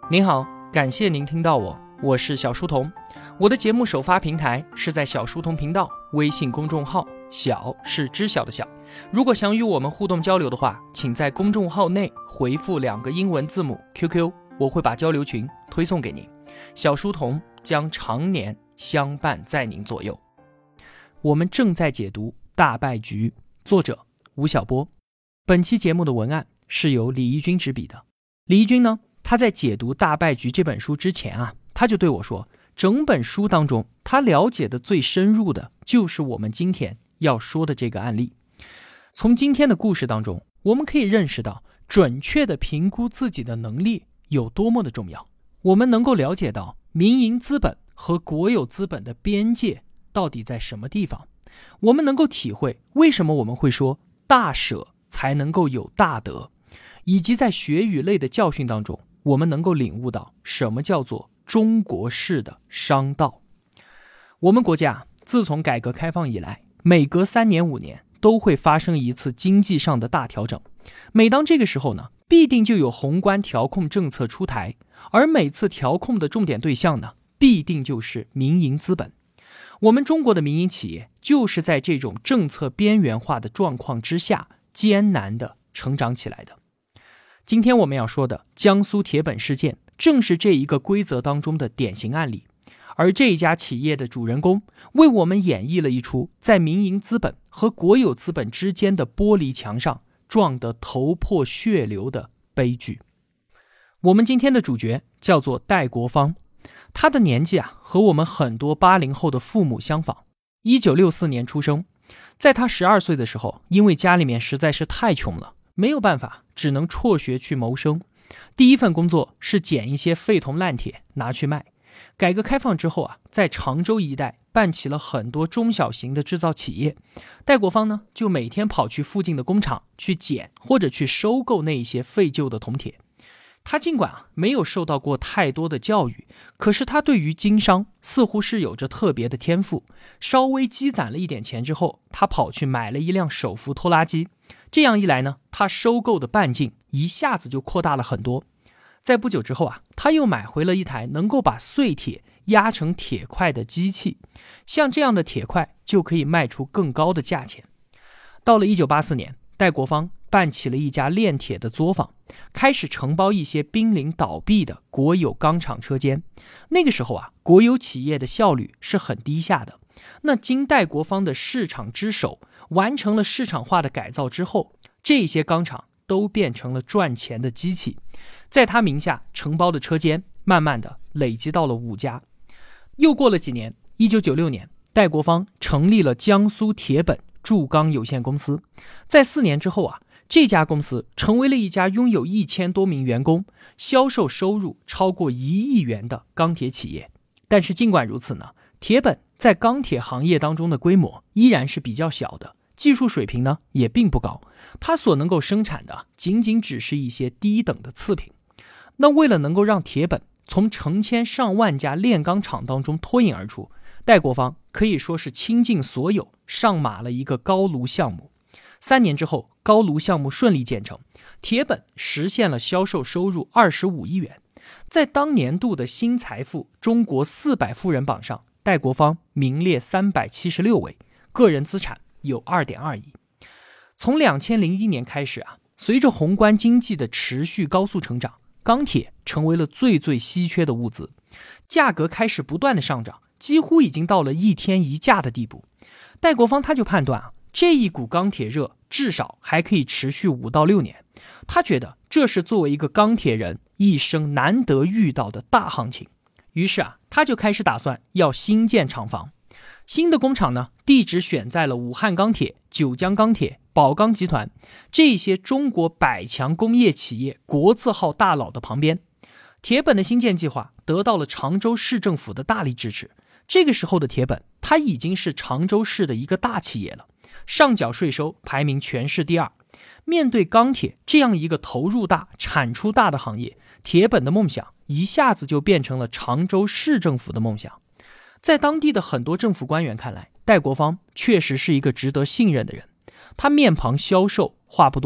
您好，感谢您听到我是小书童。我的节目首发平台是在小书童频道微信公众号，小是知晓的小。如果想与我们互动交流的话，请在公众号内回复2个英文字母 QQ， 我会把交流群推送给您。小书童将常年相伴在您左右。我们正在解读《大败局》，作者吴晓波。本期节目的文案是由李义军执笔的。李义军呢，他在解读《大败局》这本书之前他就对我说，整本书当中他了解的最深入的就是我们今天要说的这个案例。从今天的故事当中，我们可以认识到准确的评估自己的能力有多么的重要。我们能够了解到民营资本和国有资本的边界到底在什么地方，我们能够体会为什么我们会说大舍才能够有大得，以及在学语类的教训当中，我们能够领悟到什么叫做中国式的商道。我们国家自从改革开放以来，每隔3年5年都会发生一次经济上的大调整。每当这个时候呢，必定就有宏观调控政策出台，而每次调控的重点对象呢，必定就是民营资本。我们中国的民营企业就是在这种政策边缘化的状况之下艰难地成长起来的。今天我们要说的江苏铁本事件正是这一个规则当中的典型案例，而这一家企业的主人公为我们演绎了一出在民营资本和国有资本之间的玻璃墙上撞得头破血流的悲剧。我们今天的主角叫做戴国芳，他的年纪和我们很多80后的父母相仿，1964年出生。在他12岁的时候，因为家里面实在是太穷了，没有办法，只能辍学去谋生。第一份工作是捡一些废铜烂铁拿去卖。改革开放之后在常州一带办起了很多中小型的制造企业。戴国芳呢，就每天跑去附近的工厂去捡或者去收购那一些废旧的铜铁。他尽管没有受到过太多的教育，可是他对于经商似乎是有着特别的天赋。稍微积攒了一点钱之后，他跑去买了一辆手扶拖拉机。这样一来呢，他收购的半径一下子就扩大了很多。在不久之后他又买回了一台能够把碎铁压成铁块的机器，像这样的铁块就可以卖出更高的价钱。到了1984年，戴国芳办起了一家炼铁的作坊，开始承包一些濒临倒闭的国有钢厂车间。那个时候国有企业的效率是很低下的。那经戴国芳的市场之手完成了市场化的改造之后，这些钢厂都变成了赚钱的机器。在他名下承包的车间慢慢的累积到了5家。又过了几年，1996年，戴国芳成立了江苏铁本铸钢有限公司。在4年之后这家公司成为了一家拥有1000多名员工、销售收入超过1亿元的钢铁企业。但是尽管如此呢，铁本在钢铁行业当中的规模依然是比较小的，技术水平呢也并不高，它所能够生产的仅仅只是一些低等的次品。那为了能够让铁本从成千上万家炼钢厂当中脱颖而出，戴国芳可以说是倾尽所有，上马了一个高炉项目。3年之后，高炉项目顺利建成，铁本实现了销售收入25亿元。在当年度的新财富中国400富人榜上，戴国芳名列376位，个人资产有2.2亿。从2001年开始随着宏观经济的持续高速成长，钢铁成为了最稀缺的物资，价格开始不断的上涨，几乎已经到了一天一价的地步。戴国芳他就判断这一股钢铁热至少还可以持续5到6年。他觉得这是作为一个钢铁人一生难得遇到的大行情。于是他就开始打算要新建厂房。新的工厂呢，地址选在了武汉钢铁、九江钢铁、宝钢集团这些中国100强工业企业国字号大佬的旁边。铁本的新建计划得到了常州市政府的大力支持。这个时候的铁本，它已经是常州市的一个大企业了，上缴税收排名全市第2。面对钢铁这样一个投入大、产出大的行业，铁本的梦想一下子就变成了常州市政府的梦想。在当地的很多政府官员看来，戴国芳确实是一个值得信任的人。他面庞消瘦，话不多，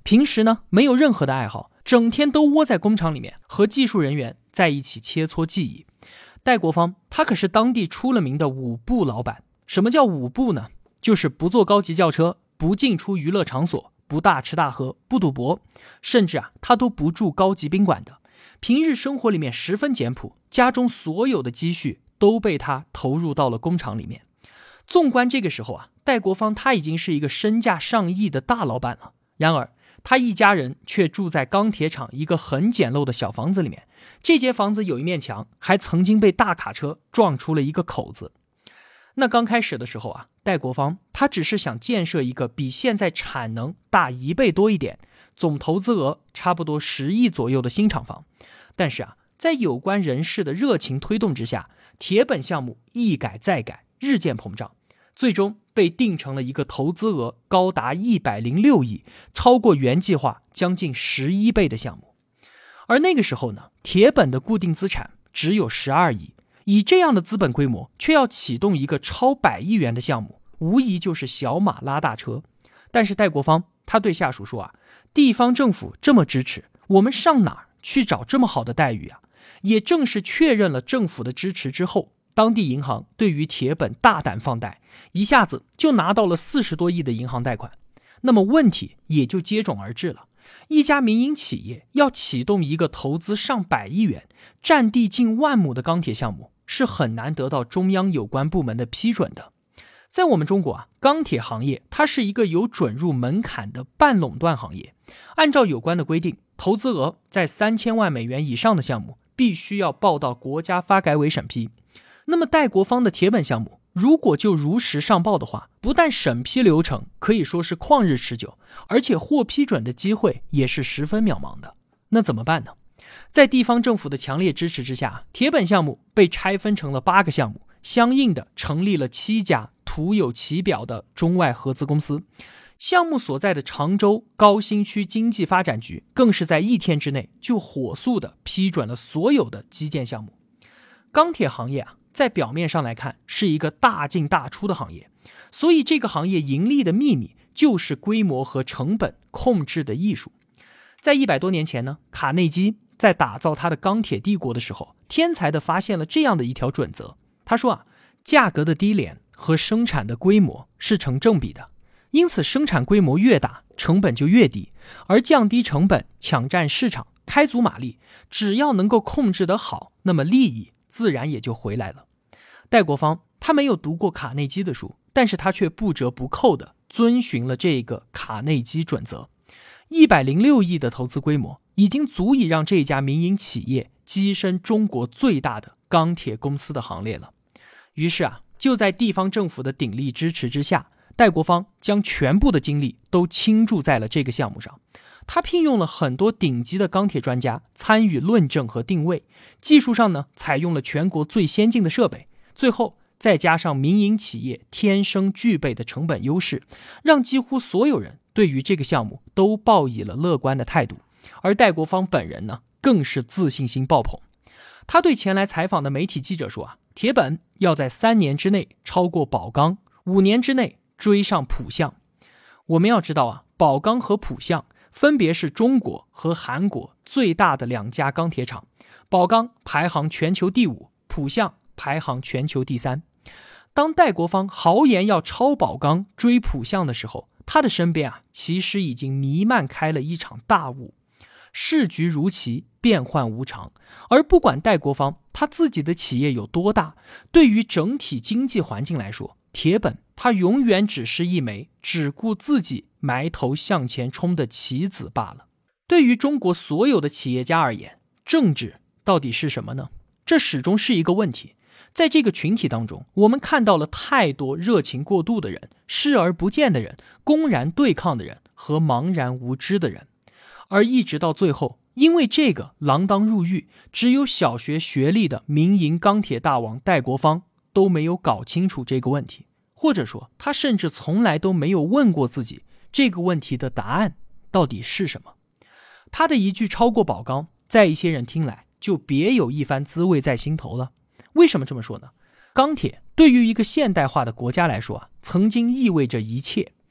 平时呢没有任何的爱好，整天都窝在工厂里面和技术人员在一起切磋技艺。戴国芳他可是当地出了名的五不老板。什么叫五不呢？就是不坐高级轿车，不进出娱乐场所，不大吃大喝，不赌博，甚至他都不住高级宾馆的。平日生活里面十分简朴，家中所有的积蓄都被他投入到了工厂里面。纵观这个时候戴国芳他已经是一个身价上亿的大老板了。然而他一家人却住在钢铁厂一个很简陋的小房子里面，这间房子有一面墙还曾经被大卡车撞出了一个口子。那刚开始的时候戴国芳他只是想建设一个比现在产能大1倍多一点，总投资额差不多10亿左右的新厂房。但是在有关人士的热情推动之下，铁本项目一改再改，日渐膨胀，最终被定成了一个投资额高达106亿，超过原计划将近11倍的项目。而那个时候呢，铁本的固定资产只有12亿，以这样的资本规模却要启动一个超100亿元的项目，无疑就是小马拉大车。但是戴国芳他对下属说地方政府这么支持，我们上哪儿去找这么好的待遇也正是确认了政府的支持之后，当地银行对于铁本大胆放贷，一下子就拿到了40多亿的银行贷款。那么问题也就接踵而至了，一家民营企业要启动一个投资上100亿元、占地近10000亩的钢铁项目，是很难得到中央有关部门的批准的。在我们中国钢铁行业它是一个有准入门槛的半垄断行业，按照有关的规定，投资额在3000万美元以上的项目必须要报到国家发改委审批。那么戴国芳的铁本项目如果就如实上报的话，不但审批流程可以说是旷日持久，而且获批准的机会也是十分渺茫的。那怎么办呢？在地方政府的强烈支持之下，铁本项目被拆分成了8个项目，相应的成立了7家徒有其表的中外合资公司。项目所在的常州高新区经济发展局更是在1天之内就火速的批准了所有的基建项目。钢铁行业在表面上来看是一个大进大出的行业，所以这个行业盈利的秘密就是规模和成本控制的艺术。在100多年前呢，卡内基在打造他的钢铁帝国的时候，天才的发现了这样的一条准则。他说价格的低廉和生产的规模是成正比的，因此生产规模越大，成本就越低，而降低成本、抢占市场、开足马力，只要能够控制得好，那么利益自然也就回来了。戴国芳他没有读过卡内基的书，但是他却不折不扣地遵循了这个卡内基准则。106亿的投资规模已经足以让这家民营企业跻身中国最大的钢铁公司的行列了。于是就在地方政府的鼎力支持之下，戴国芳将全部的精力都倾注在了这个项目上。他聘用了很多顶级的钢铁专家参与论证和定位，技术上呢采用了全国最先进的设备，最后再加上民营企业天生具备的成本优势，让几乎所有人对于这个项目都抱以了乐观的态度。而戴国芳本人呢，更是自信心爆棚。他对前来采访的媒体记者说铁本要在3年之内超过宝钢，5年之内追上浦项。我们要知道宝钢和浦项分别是中国和韩国最大的2家钢铁厂，宝钢排行全球第5，浦项排行全球第3。当戴国芳豪言要超宝钢追浦项的时候，他的身边其实已经弥漫开了一场大雾。世局如棋，变幻无常，而不管戴国芳他自己的企业有多大，对于整体经济环境来说，铁本他永远只是一枚只顾自己埋头向前冲的棋子罢了。对于中国所有的企业家而言，政治到底是什么呢？这始终是一个问题。在这个群体当中，我们看到了太多热情过度的人、视而不见的人、公然对抗的人和茫然无知的人。而一直到最后，因为这个锒铛入狱，只有小学学历的民营钢铁大王戴国芳都没有搞清楚这个问题，或者说他甚至从来都没有问过自己这个问题的答案到底是什么。他的一句超过宝钢，在一些人听来就别有一番滋味在心头了。为什么这么说呢？钢铁对于一个现代化的国家来说曾经意味着一切。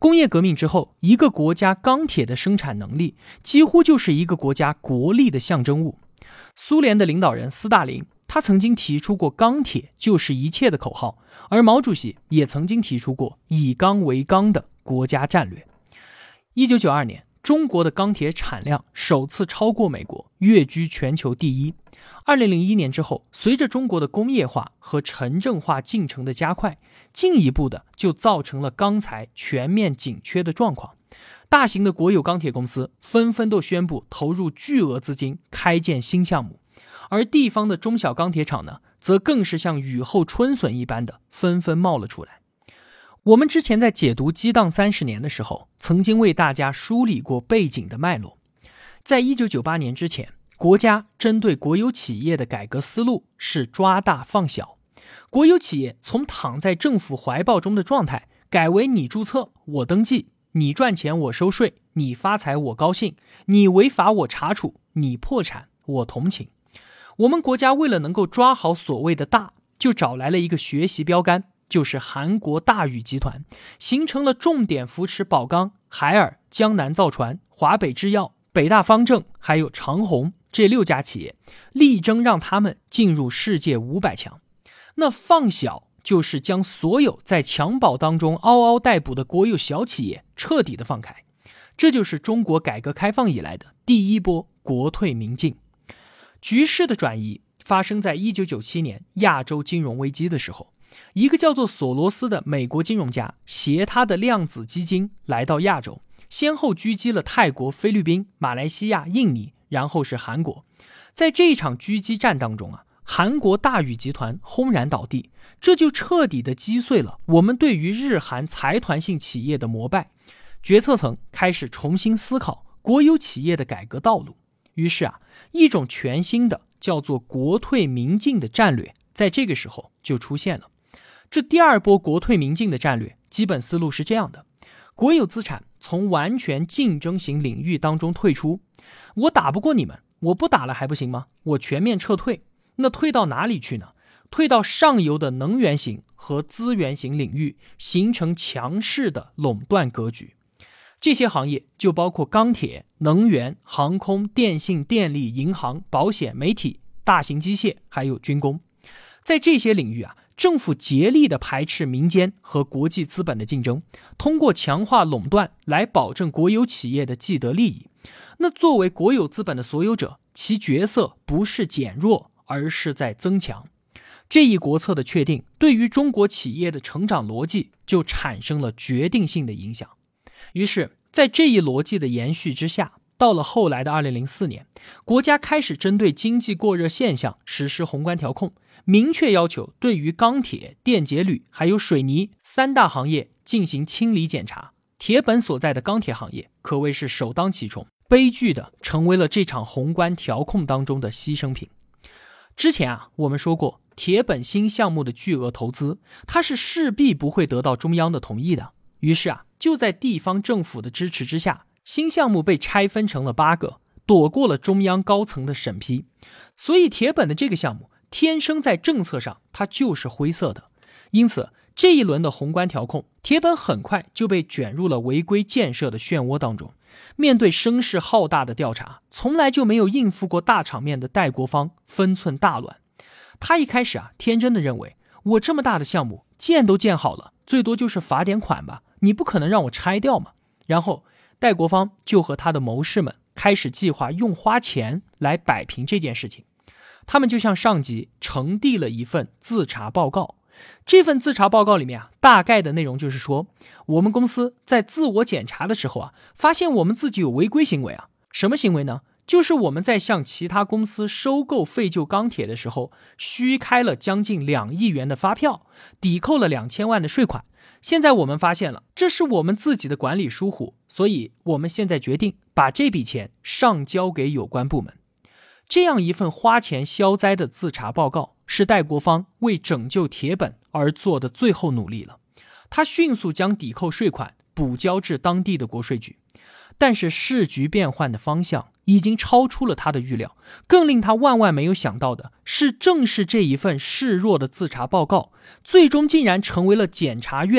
工业革命之后，一个国家钢铁的生产能力几乎就是一个国家国力的象征物。苏联的领导人斯大林，他曾经提出过钢铁就是一切的口号，而毛主席也曾经提出过以钢为纲的国家战略。1992年，中国的钢铁产量首次超过美国，跃居全球第一。2001年之后，随着中国的工业化和城镇化进程的加快，进一步的就造成了钢材全面紧缺的状况。大型的国有钢铁公司纷纷都宣布投入巨额资金开建新项目，而地方的中小钢铁厂呢，则更是像雨后春笋一般的纷纷冒了出来。我们之前在解读激荡30年的时候，曾经为大家梳理过背景的脉络。在1998年之前，国家针对国有企业的改革思路是抓大放小，国有企业从躺在政府怀抱中的状态，改为你注册我登记，你赚钱我收税，你发财我高兴，你违法我查处，你破产我同情。我们国家为了能够抓好所谓的大，就找来了一个学习标杆，就是韩国大宇集团，形成了重点扶持宝钢、海尔、江南造船、华北制药、北大方正还有长虹这6家企业，力争让他们进入世界500强。那放小就是将所有在襁褓当中嗷嗷待哺的国有小企业彻底的放开，这就是中国改革开放以来的第一波国退民进。局势的转移发生在1997年亚洲金融危机的时候，一个叫做索罗斯的美国金融家携他的量子基金来到亚洲，先后狙击了泰国、菲律宾、马来西亚、印尼，然后是韩国。在这一场狙击战当中韩国大宇集团轰然倒地，这就彻底的击碎了我们对于日韩财团性企业的膜拜。决策层开始重新思考国有企业的改革道路，于是一种全新的叫做国退民进的战略在这个时候就出现了。这第二波国退民进的战略基本思路是这样的：国有资产从完全竞争型领域当中退出，我打不过你们，我不打了还不行吗？我全面撤退。那退到哪里去呢？退到上游的能源型和资源型领域，形成强势的垄断格局。这些行业就包括钢铁、能源、航空、电信、电力、银行、保险、媒体、大型机械还有军工。在这些领域政府竭力的排斥民间和国际资本的竞争，通过强化垄断来保证国有企业的既得利益。那作为国有资本的所有者，其角色不是减弱，而是在增强。这一国策的确定，对于中国企业的成长逻辑就产生了决定性的影响。于是在这一逻辑的延续之下，到了后来的2004年，国家开始针对经济过热现象实施宏观调控，明确要求对于钢铁、电解铝还有水泥3大行业进行清理检查。铁本所在的钢铁行业可谓是首当其冲，悲剧的成为了这场宏观调控当中的牺牲品。之前我们说过，铁本新项目的巨额投资，它是势必不会得到中央的同意的。于是就在地方政府的支持之下，新项目被拆分成了8个，躲过了中央高层的审批。所以铁本的这个项目天生在政策上它就是灰色的。因此这一轮的宏观调控，铁本很快就被卷入了违规建设的漩涡当中。面对声势浩大的调查，从来就没有应付过大场面的戴国芳分寸大乱。他一开始天真的认为，我这么大的项目建都建好了，最多就是罚点款吧，你不可能让我拆掉嘛。然后戴国芳就和他的谋士们开始计划用花钱来摆平这件事情。他们就向上级呈递了一份自查报告。这份自查报告里面大概的内容就是说，我们公司在自我检查的时候发现我们自己有违规行为什么行为呢？就是我们在向其他公司收购废旧钢铁的时候，虚开了将近2亿元的发票，抵扣了2000万的税款。现在我们发现了，这是我们自己的管理疏忽，所以我们现在决定把这笔钱上交给有关部门。这样一份花钱消灾的自查报告，是戴国芳为拯救铁本而做的最后努力了。他迅速将抵扣税款补交至当地的国税局，但是时局变换的方向已经超出了他的预料。更令他万万没有想到的是，正是这一份示弱的自查报告，最终竟然成为了检察院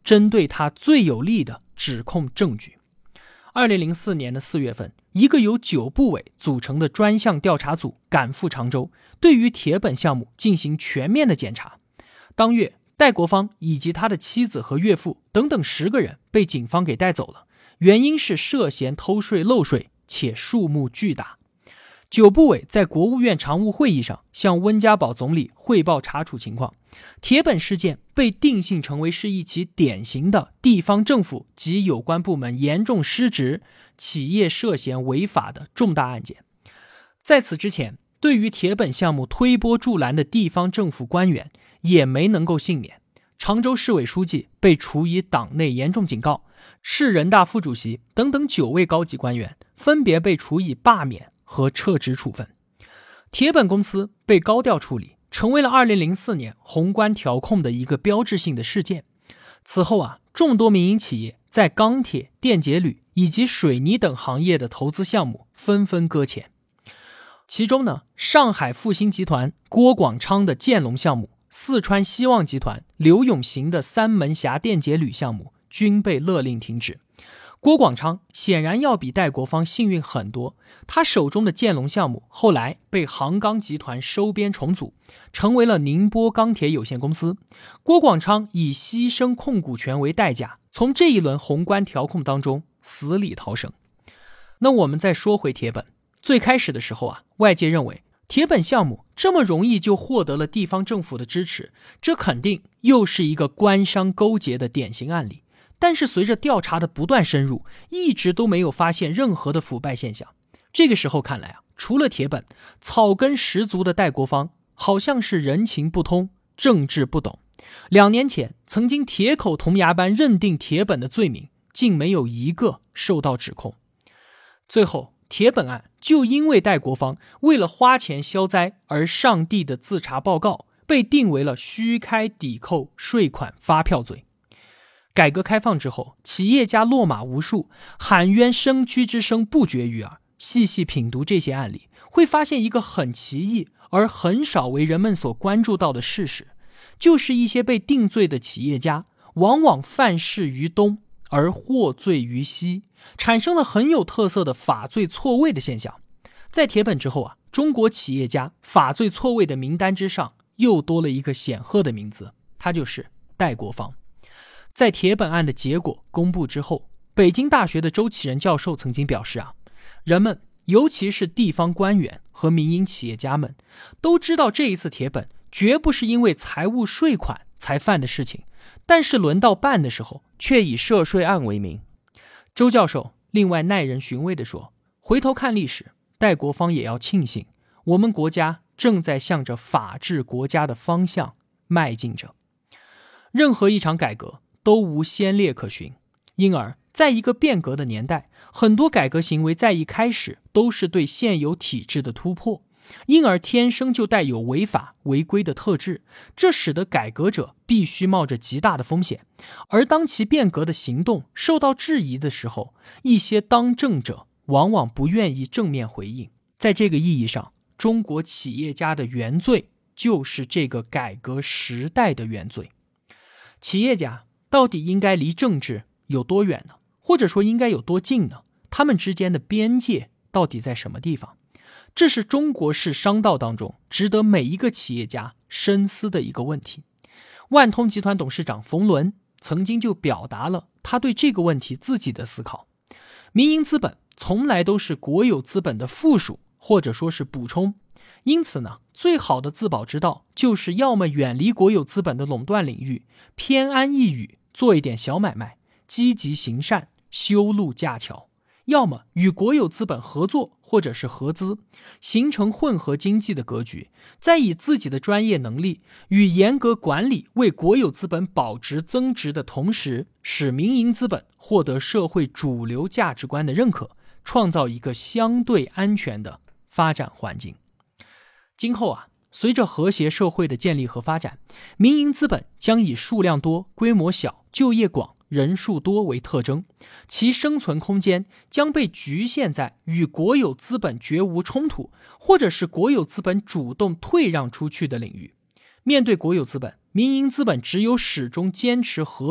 针对他最有力的指控证据。2004年的4月份，一个由9部委组成的专项调查组赶赴常州，对于铁本项目进行全面的检查。当月，戴国芳以及他的妻子和岳父等等10个人被警方给带走了，原因是涉嫌偷税漏税，且数目巨大。9部委在国务院常务会议上向温家宝总理汇报查处情况，铁本事件被定性成为是一起典型的地方政府及有关部门严重失职、企业涉嫌违法的重大案件。在此之前，对于铁本项目推波助澜的地方政府官员也没能够幸免。常州市委书记被处以党内严重警告，市人大副主席等等9位高级官员分别被处以罢免和撤职处分。铁本公司被高调处理，成为了2004年宏观调控的一个标志性的事件。此后众多民营企业在钢铁、电解铝以及水泥等行业的投资项目纷纷搁浅。其中上海复兴集团郭广昌的建龙项目，四川希望集团刘永行的三门峡电解铝项目均被勒令停止。郭广昌显然要比戴国芳幸运很多，他手中的建龙项目后来被杭钢集团收编重组，成为了宁波钢铁有限公司。郭广昌以牺牲控股权为代价，从这一轮宏观调控当中死里逃生。那我们再说回铁本，最开始的时候外界认为铁本项目这么容易就获得了地方政府的支持，这肯定又是一个官商勾结的典型案例。但是随着调查的不断深入，一直都没有发现任何的腐败现象。这个时候看来除了铁本，草根十足的戴国芳好像是人情不通，政治不懂。2年前曾经铁口铜牙般认定铁本的罪名，竟没有一个受到指控。最后铁本案就因为戴国芳为了花钱消灾而上递的自查报告，被定为了虚开抵扣税款发票罪。改革开放之后，企业家落马无数，喊冤声屈之声不绝于耳。细细品读这些案例，会发现一个很奇异而很少为人们所关注到的事实，就是一些被定罪的企业家往往犯事于东而获罪于西，产生了很有特色的法罪错位的现象。在铁本之后中国企业家法罪错位的名单之上又多了一个显赫的名字，他就是戴国芳。在铁本案的结果公布之后，北京大学的周启仁教授曾经表示人们尤其是地方官员和民营企业家们都知道这一次铁本绝不是因为财务税款才犯的事情，但是轮到办的时候却以涉税案为名。周教授另外耐人寻味地说，回头看历史，戴国芳也要庆幸我们国家正在向着法治国家的方向迈进着。任何一场改革都无先烈可循，因而在一个变革的年代，很多改革行为在一开始都是对现有体制的突破，因而天生就带有违法违规的特质，这使得改革者必须冒着极大的风险。而当其变革的行动受到质疑的时候，一些当政者往往不愿意正面回应。在这个意义上，中国企业家的原罪就是这个改革时代的原罪。企业家到底应该离政治有多远呢？或者说应该有多近呢？他们之间的边界到底在什么地方？这是中国式商道当中值得每一个企业家深思的一个问题。万通集团董事长冯仑曾经就表达了他对这个问题自己的思考。民营资本从来都是国有资本的附属，或者说是补充。因此呢，最好的自保之道就是要么远离国有资本的垄断领域，偏安一隅，做一点小买卖，积极行善，修路架桥；要么与国有资本合作或者是合资，形成混合经济的格局，再以自己的专业能力与严格管理为国有资本保值增值的同时，使民营资本获得社会主流价值观的认可，创造一个相对安全的发展环境。今后随着和谐社会的建立和发展，民营资本将以数量多、规模小、就业广、人数多为特征，其生存空间将被局限在与国有资本绝无冲突，或者是国有资本主动退让出去的领域。面对国有资本，民营资本只有始终坚持合作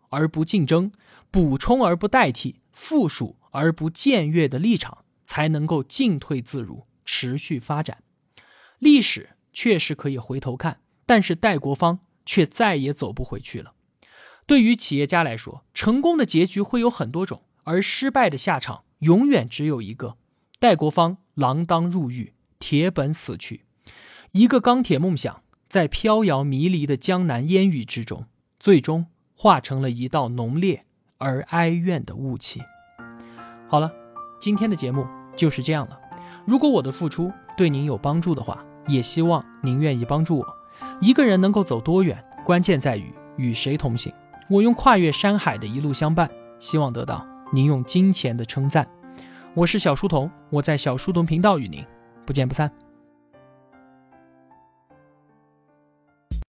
而不竞争，补充而不代替，附属而不僭越的立场，才能够进退自如，持续发展。历史确实可以回头看，但是戴国芳却再也走不回去了。对于企业家来说，成功的结局会有很多种，而失败的下场永远只有一个。戴国芳锒铛入狱，铁本死去，一个钢铁梦想在飘摇迷离的江南烟雨之中，最终化成了一道浓烈而哀怨的雾气。好了，今天的节目就是这样了。如果我的付出对您有帮助的话，也希望您愿意帮助我。一个人能够走多远，关键在于与谁同行。我用跨越山海的一路相伴，希望得到您用金钱的称赞。我是小书童，我在小书童频道与您不见不散。